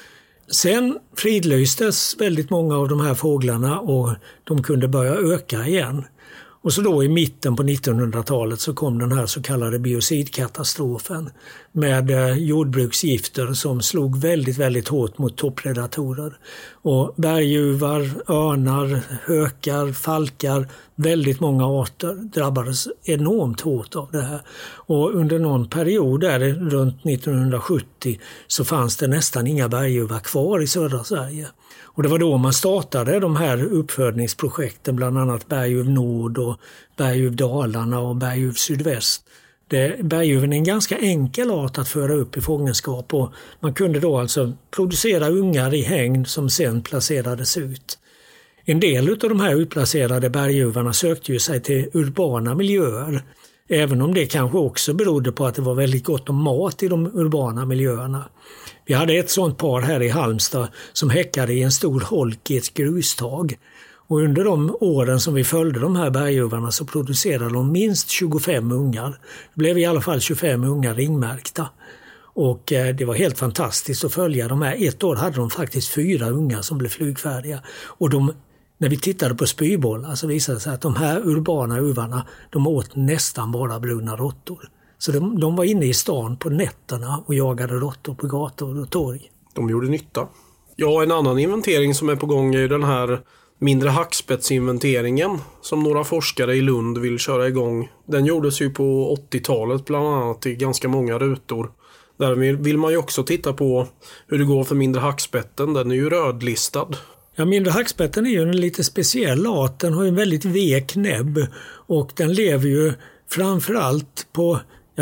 Sen fridlystes väldigt många av de här fåglarna och de kunde börja öka igen. Och så då i mitten på 1900-talet så kom den här så kallade biocidkatastrofen med jordbruksgifter som slog väldigt, väldigt hårt mot toppredatorer. Och berguvar, örnar, hökar, falkar, väldigt många arter drabbades enormt hårt av det här. Och under någon period där runt 1970 så fanns det nästan inga berguvar kvar i södra Sverige. Och det var då man startade de här uppfödningsprojekten, bland annat Berguv Nord och Berguv Dalarna och Berguv Sydväst. Berguven är en ganska enkel art att föra upp i fångenskap och man kunde då alltså producera ungar i hägn som sen placerades ut. En del av de här utplacerade berguvarna sökte ju sig till urbana miljöer, även om det kanske också berodde på att det var väldigt gott om mat i de urbana miljöerna. Vi hade ett sådant par här i Halmstad som häckade i en stor holk i ett grustag. Och under de åren som vi följde de här berguvarna så producerade de minst 25 ungar. Det blev i alla fall 25 ungar ringmärkta. Och det var helt fantastiskt att följa de här. Ett år hade de faktiskt 4 ungar som blev flygfärdiga. Och när vi tittade på spybollar så visade det sig att de här urbana uvarna, de åt nästan bara bruna råttor. Så de var inne i stan på nätterna och jagade råttor på gator och torg. De gjorde nytta. Ja, en annan inventering som är på gång är den här mindre hackspetsinventeringen som några forskare i Lund vill köra igång. Den gjordes ju på 80-talet bland annat i ganska många rutor. Där vill man ju också titta på hur det går för mindre hackspetten. Den är ju rödlistad. Ja, mindre hackspetten är ju en lite speciell art. Den har ju en väldigt vek näbb och den lever ju framförallt på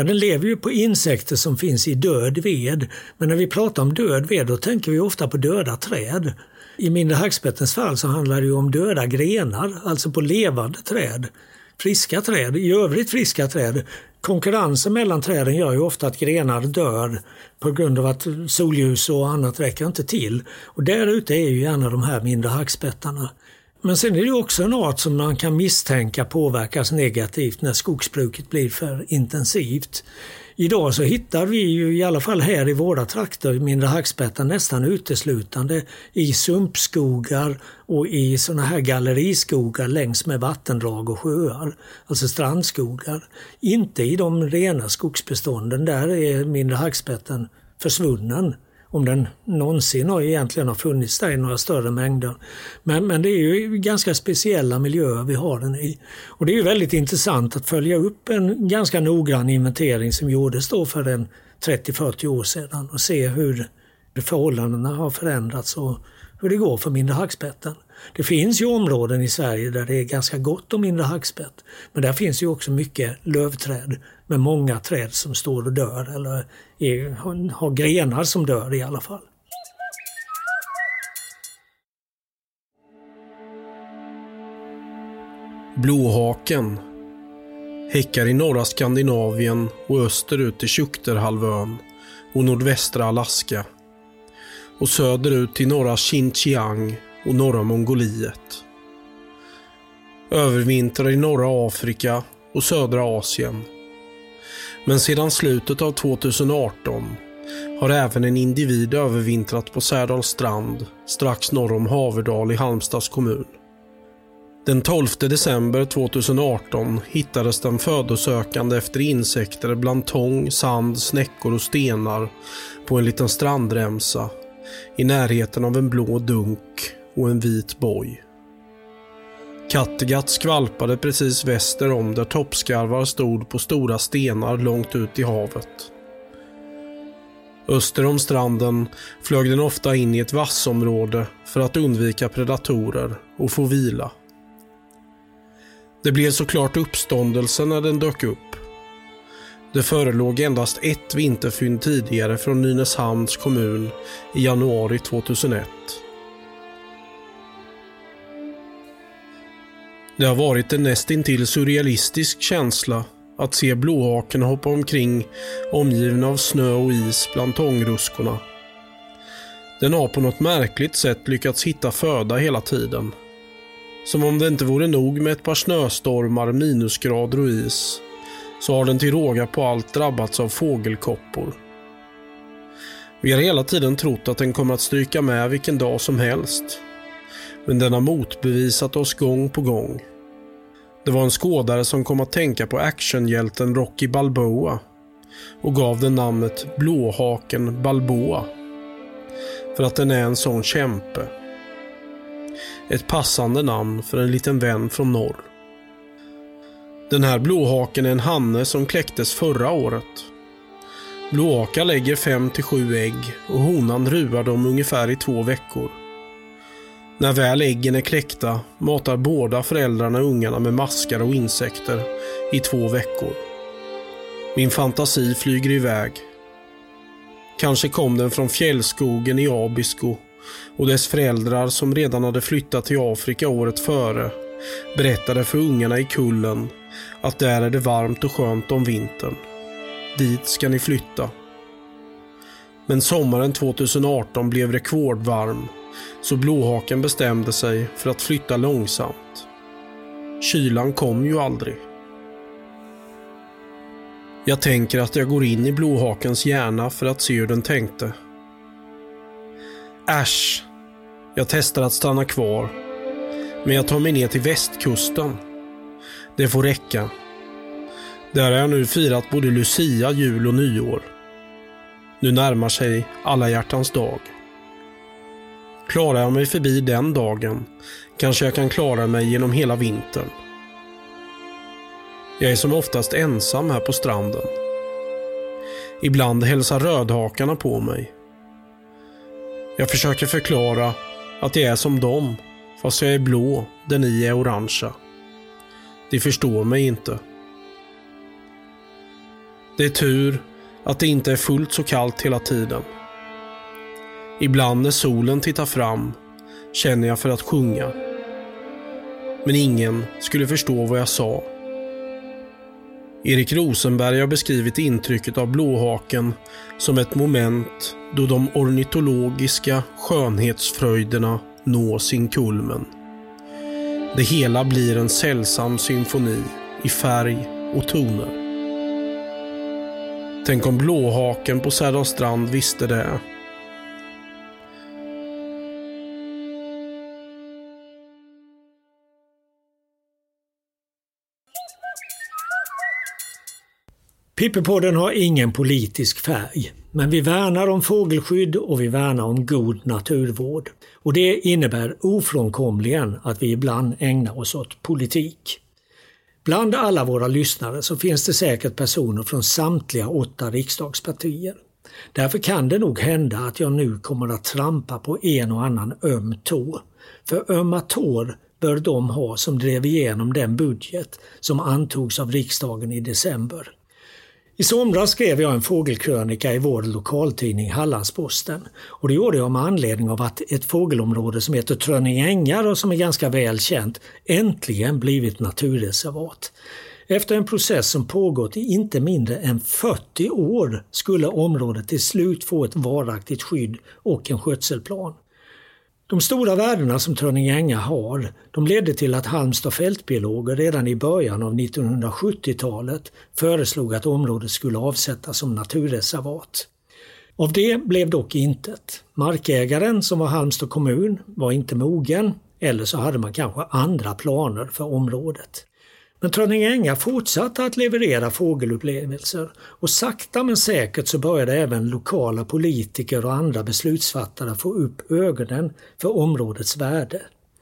insekter som finns i död ved. Men när vi pratar om död ved då tänker vi ofta på döda träd. I mindre hackspettens fall så handlar det ju om döda grenar, alltså på levande träd. Friska träd, i övrigt friska träd. Konkurrensen mellan träden gör ju ofta att grenar dör på grund av att solljus och annat räcker inte till. Och där ute är ju gärna de här mindre hackspettarna. Men sen är det också en art som man kan misstänka påverkas negativt när skogsbruket blir för intensivt. Idag så hittar vi ju i alla fall här i våra trakter mindre hackspettar nästan uteslutande i sumpskogar och i såna här galleriskogar längs med vattendrag och sjöar, alltså strandskogar. Inte i de rena skogsbestånden, där är mindre hackspetten försvunnen. Om den någonsin egentligen har funnits där i några större mängder. Men det är ju ganska speciella miljöer vi har den i. Och det är ju väldigt intressant att följa upp en ganska noggrann inventering som gjordes då för en 30-40 år sedan och se hur förhållandena har förändrats och hur det går för mindre hackspetten. Det finns ju områden i Sverige där det är ganska gott om mindre hackspett. Men där finns ju också mycket lövträd med många träd som står och dör eller har grenar som dör i alla fall. Blåhaken häckar i norra Skandinavien och österut till Tjukterhalvön och nordvästra Alaska och söderut till norra Xinjiang och norra Mongoliet. Övervintrar i norra Afrika och södra Asien. Men sedan slutet av 2018 har även en individ övervintrat på Särdals strand strax norr om Haverdal i Halmstads kommun. Den 12 december 2018 hittades den födosökande efter insekter bland tång, sand, snäckor och stenar på en liten strandremsa i närheten av en blå dunk och en vit boj. Kattegatt skvalpade precis väster om där toppskarvar stod på stora stenar långt ut i havet. Öster om stranden flög den ofta in i ett vassområde för att undvika predatorer och få vila. Det blev såklart uppståndelse när den dök upp. Det förelåg endast ett vinterfynd tidigare från Nynäshamns kommun i januari 2001. Det har varit en nästintill surrealistisk känsla att se blåhaken hoppa omkring omgiven av snö och is bland tångruskorna. Den har på något märkligt sätt lyckats hitta föda hela tiden. Som om det inte vore nog med ett par snöstormar, minusgrader och is, så har den till råga på allt drabbats av fågelkoppor. Vi har hela tiden trott att den kommer att stryka med vilken dag som helst. Men den har motbevisat oss gång på gång. Det var en skådare som kom att tänka på actionhjälten Rocky Balboa och gav den namnet Blåhaken Balboa. För att den är en sån kämpe. Ett passande namn för en liten vän från norr. Den här blåhaken är en hanne som kläcktes förra året. Blåhakar lägger 5-7 ägg och honan ruvar dem ungefär i 2 veckor. När väl äggen är kläckta matar båda föräldrarna ungarna med maskar och insekter i 2 veckor. Min fantasi flyger iväg. Kanske kom den från fjällskogen i Abisko och dess föräldrar som redan hade flyttat till Afrika året före berättade för ungarna i kullen att där är det varmt och skönt om vintern. Dit ska ni flytta. Men sommaren 2018 blev rekordvarm så blåhaken bestämde sig för att flytta långsamt. Kylan kom ju aldrig. Jag tänker att jag går in i blåhakens hjärna för att se hur den tänkte. Äsch, jag testar att stanna kvar. Men jag tar mig ner till västkusten. Det får räcka. Där har jag nu firat både Lucia, jul och nyår. Nu närmar sig alla hjärtans dag. Klarar jag mig förbi den dagen kanske jag kan klara mig genom hela vintern. Jag är som oftast ensam här på stranden. Ibland hälsar rödhakarna på mig. Jag försöker förklara att jag är som dem, fast jag är blå där ni är orangea. De förstår mig inte. Det är tur att det inte är fullt så kallt hela tiden. Ibland när solen tittar fram känner jag för att sjunga. Men ingen skulle förstå vad jag sa. Erik Rosenberg har beskrivit intrycket av blåhaken som ett moment då de ornitologiska skönhetsfröjderna når sin kulmen. Det hela blir en sällsam symfoni i färg och toner. Tänk om blåhaken på Sädalstrand visste det. Pippipodden har ingen politisk färg, men vi värnar om fågelskydd och vi värnar om god naturvård. Och det innebär ofrånkomligen att vi ibland ägnar oss åt politik. Bland alla våra lyssnare så finns det säkert personer från samtliga 8 riksdagspartier. Därför kan det nog hända att jag nu kommer att trampa på en och annan öm tå. För ömma tår bör de ha som drev igenom den budget som antogs av riksdagen i december. I somras skrev jag en fågelkrönika i vår lokaltidning Hallandsposten och det gjorde jag med anledning av att ett fågelområde som heter Trönninge och som är ganska väl känt äntligen blivit naturreservat. Efter en process som pågått i inte mindre än 40 år skulle området till slut få ett varaktigt skydd och en skötselplan. De stora värdena som Trönninge har, de ledde till att Halmstad fältbiologer redan i början av 1970-talet föreslog att området skulle avsättas som naturreservat. Av det blev dock intet. Markägaren, som var Halmstad kommun, var inte mogen, eller så hade man kanske andra planer för området. Men Trönninge fortsatte att leverera fågelupplevelser och sakta men säkert så började även lokala politiker och andra beslutsfattare få upp ögonen för områdets värde.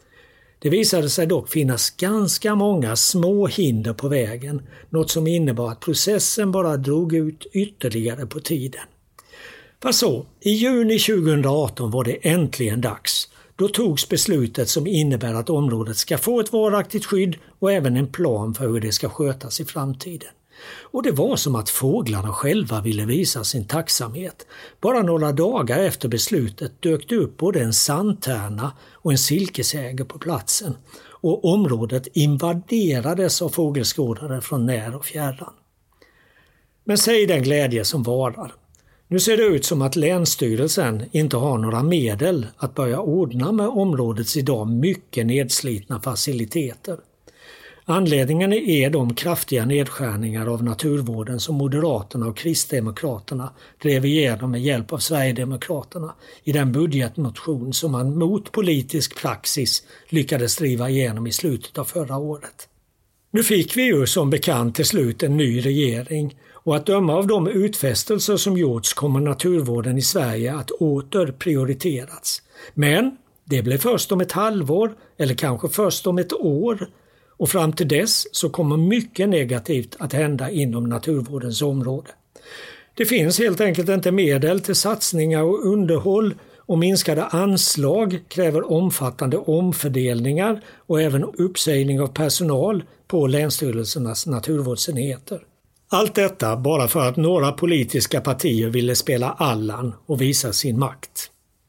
Det visade sig dock finnas ganska många små hinder på vägen, något som innebar att processen bara drog ut ytterligare på tiden. Fast så, i juni 2018 var det äntligen dags. Då togs beslutet som innebär att området ska få ett varaktigt skydd och även en plan för hur det ska skötas i framtiden. Och det var som att fåglarna själva ville visa sin tacksamhet. Bara några dagar efter beslutet dök det upp både en sandtärna och en silkesäger på platsen. Och området invaderades av fågelskådare från när och fjärran. Men säg den glädje som varar. Nu ser det ut som att Länsstyrelsen inte har några medel att börja ordna med områdets idag mycket nedslitna faciliteter. Anledningen är de kraftiga nedskärningar av naturvården som Moderaterna och Kristdemokraterna drev igenom med hjälp av Sverigedemokraterna i den budgetmotion som man mot politisk praxis lyckades driva igenom i slutet av förra året. Nu fick vi ju som bekant till slut en ny regering och att döma av de utfästelser som gjorts kommer naturvården i Sverige att åter prioriterats. Men det blir först om ett halvår eller kanske först om ett år. Och fram till dess så kommer mycket negativt att hända inom naturvårdens område. Det finns helt enkelt inte medel till satsningar och underhåll och minskade anslag kräver omfattande omfördelningar och även uppsägning av personal på länsstyrelsernas naturvårdsenheter. Allt detta bara för att några politiska partier ville spela Allan och visa sin makt.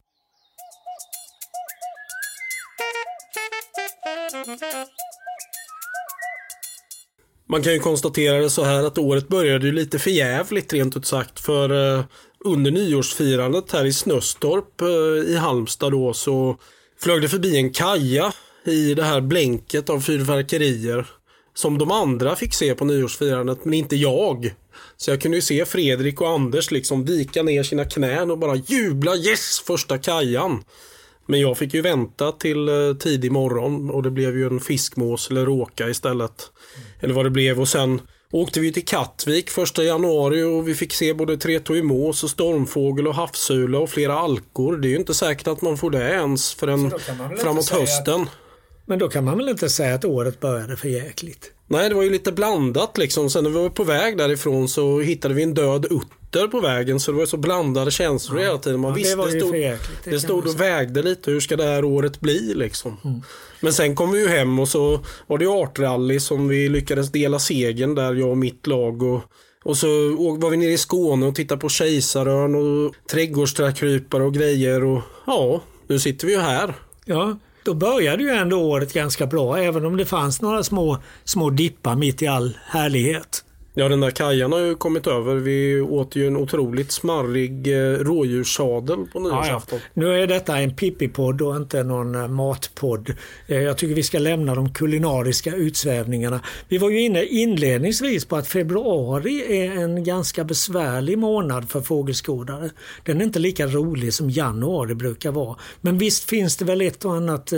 Man kan ju konstatera det så här att året började ju lite förjävligt rent ut sagt, för under nyårsfirandet här i Snöstorp i Halmstad då så flög det förbi en kaja i det här blänket av fyrverkerier som de andra fick se på nyårsfirandet men inte jag. Så jag kunde ju se Fredrik och Anders liksom vika ner sina knän och bara jubla, yes, första kajan. Men jag fick ju vänta till tidig morgon och det blev ju en fiskmås eller råka istället. Eller vad det blev, och sen åkte vi till Kattvik 1 januari och vi fick se både tretouilmås och stormfågel och havsula och flera alkor. Det är ju inte säkert att man får det ens förrän framåt hösten. Men då kan man väl inte säga att året började för jäkligt? Nej, det var ju lite blandat liksom. Sen när vi var på väg därifrån så hittade vi en död utter på vägen, så det var så blandade känslor hela tiden. Man visste det stod och vägde lite, hur ska det här året bli liksom. Men sen kom vi ju hem och så var det artrally som vi lyckades dela segern där, jag och mitt lag, och så var vi nere i Skåne och tittade på kejsarörn och trädgårdsträdkrypare och grejer, och ja, nu sitter vi ju här. Ja, då började ju ändå året ganska bra, även om det fanns några små dippar mitt i all härlighet. Ja, den där kajan har ju kommit över. Vi åt ju en otroligt smarrig rådjurssadel på nyårsafton. Ja. Nu är detta en Pippi-podd och inte någon matpodd. Jag tycker vi ska lämna de kulinariska utsvävningarna. Vi var ju inne inledningsvis på att februari är en ganska besvärlig månad för fågelskådare. Den är inte lika rolig som januari brukar vara. Men visst finns det väl ett och annat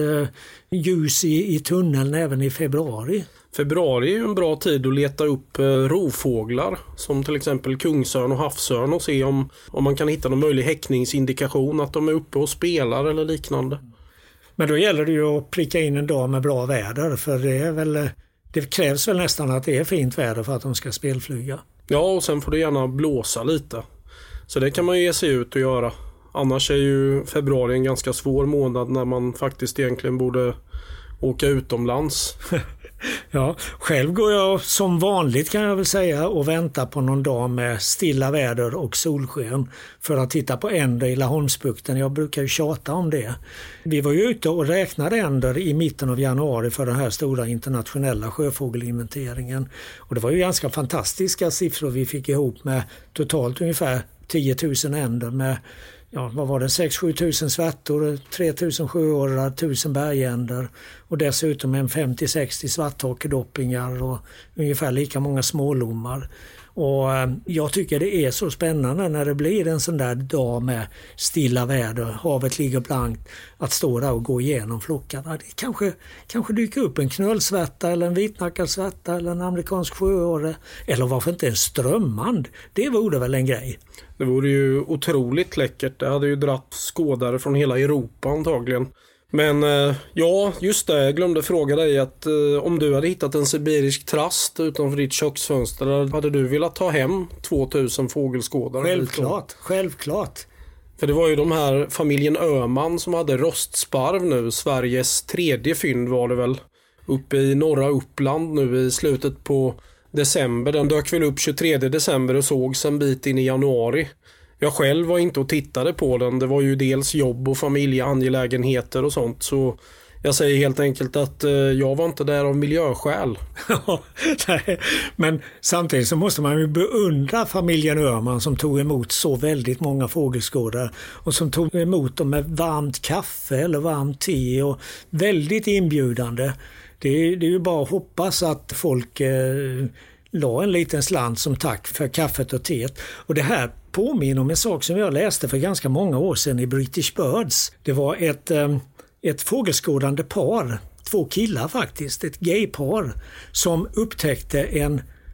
ljus i tunneln även i februari. Februari är ju en bra tid att leta upp rovfåglar som till exempel kungsörn och havsörn och se om man kan hitta någon möjlig häckningsindikation att de är uppe och spelar eller liknande. Men då gäller det ju att pricka in en dag med bra väder, för det krävs väl nästan att det är fint väder för att de ska spelflyga. Ja, och sen får det gärna blåsa lite. Så det kan man ju ge sig ut och göra. Annars är ju februari en ganska svår månad när man faktiskt egentligen borde åka utomlands. Ja, själv går jag som vanligt kan jag väl säga och väntar på någon dag med stilla väder och solsken för att titta på änder i Laholmsbukten. Jag brukar ju tjata om det. Vi var ju ute och räknade änder i mitten av januari för den här stora internationella sjöfågelinventeringen. Och det var ju ganska fantastiska siffror vi fick ihop med totalt ungefär 10 000 änder med, ja, vad var det, 6-7 tusen svärtor, 3 000 sjöorrar, 1000 bergänder och dessutom en 50-60 svarthåkedoppingar och ungefär lika många smålommar. Och jag tycker det är så spännande när det blir en sån där dag med stilla väder, havet ligger blankt, att stå där och gå igenom flockarna. Det kanske dyker upp en knölsvärta eller en vitnackad svärta eller en amerikansk sjöorre, eller varför inte en strömmand. Det vore väl en grej. Det vore ju otroligt läckert. Det hade ju dratt skådare från hela Europa antagligen. Men ja, just det. Jag glömde fråga dig att om du hade hittat en sibirisk trast utanför ditt köksfönster, hade du velat ta hem 2000 fågelskådare? Självklart. För det var ju de här familjen Öhman som hade rostsparv nu. Sveriges 3:e fynd var det väl. Uppe i norra Uppland nu i slutet på december. Den dök väl upp 23 december och sågs en bit in i januari. Jag själv var inte och tittade på den. Det var ju dels jobb och familjeangelägenheter och sånt. Så jag säger helt enkelt att jag var inte där av miljöskäl. Nej, men samtidigt så måste man ju beundra familjen Öhman som tog emot så väldigt många fågelskådare och som tog emot dem med varmt kaffe eller varmt te och väldigt inbjudande. Det är ju bara att hoppas att folk la en liten slant som tack för kaffet och teet. Och det här påminner om en sak som jag läste för ganska många år sedan i British Birds. Det var ett fågelskådande par, 2 killar faktiskt, ett gaypar som upptäckte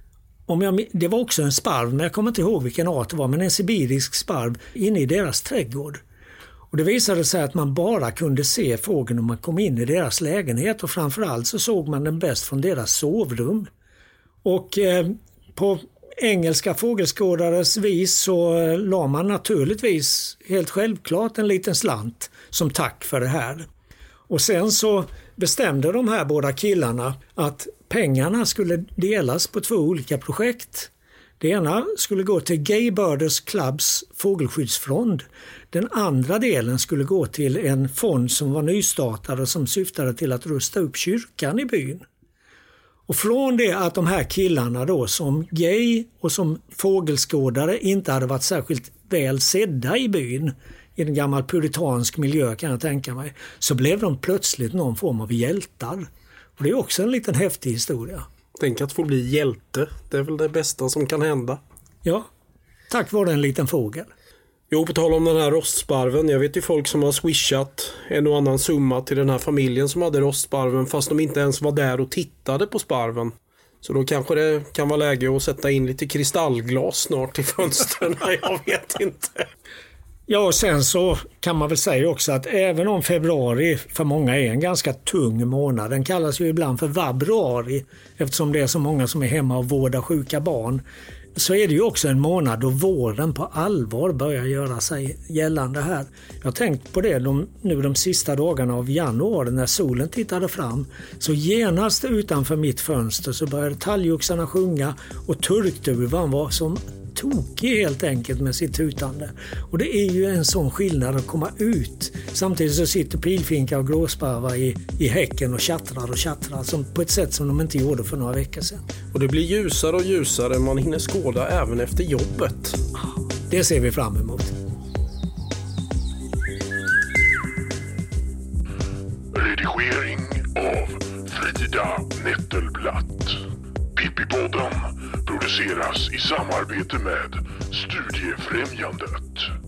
det var också en sparv, men jag kommer inte ihåg vilken art det var, men en sibirisk sparv inne i deras trädgård. Och det visade sig att man bara kunde se fågeln om man kom in i deras lägenhet, och framförallt så såg man den bäst från deras sovrum. Och på engelska fågelskådares vis så la man naturligtvis helt självklart en liten slant som tack för det här. Och sen så bestämde de här båda killarna att pengarna skulle delas på 2 olika projekt. Det ena skulle gå till Gay Birders Clubs fågelskyddsfond. Den andra delen skulle gå till en fond som var nystartad och som syftade till att rusta upp kyrkan i byn. Och från det att de här killarna då som gay och som fågelskådare inte hade varit särskilt väl sedda i byn, i en gammal puritansk miljö kan jag tänka mig, så blev de plötsligt någon form av hjältar. Och det är också en liten häftig historia. Tänk att få bli hjälte, det är väl det bästa som kan hända. Ja, tack vare en liten fågel. Jo, på tal om den här rostsparven. Jag vet ju folk som har swishat en och annan summa till den här familjen som hade rostsparven fast de inte ens var där och tittade på sparven. Så då kanske det kan vara läge att sätta in lite kristallglas snart i fönstren. Jag vet inte. Ja, och sen så kan man väl säga också att även om februari för många är en ganska tung månad, den kallas ju ibland för vabruari eftersom det är så många som är hemma och vårdar sjuka barn, så är det ju också en månad då vården på allvar börjar göra sig gällande här. Jag har tänkt på det nu de sista dagarna av januari när solen tittade fram, så genast utanför mitt fönster så började talgoxarna sjunga och turkduvan var som tokig helt enkelt med sitt tutande. Och det är ju en sån skillnad att komma ut. Samtidigt så sitter pilfinka och gråsparvar i häcken och tjattrar som på ett sätt som de inte gjorde för några veckor sedan. Och det blir ljusare och ljusare, man hinner skåda även efter jobbet. Det ser vi fram emot. Redigering av Frida Nettelblatt. Pippipodden produceras i samarbete med Studiefrämjandet.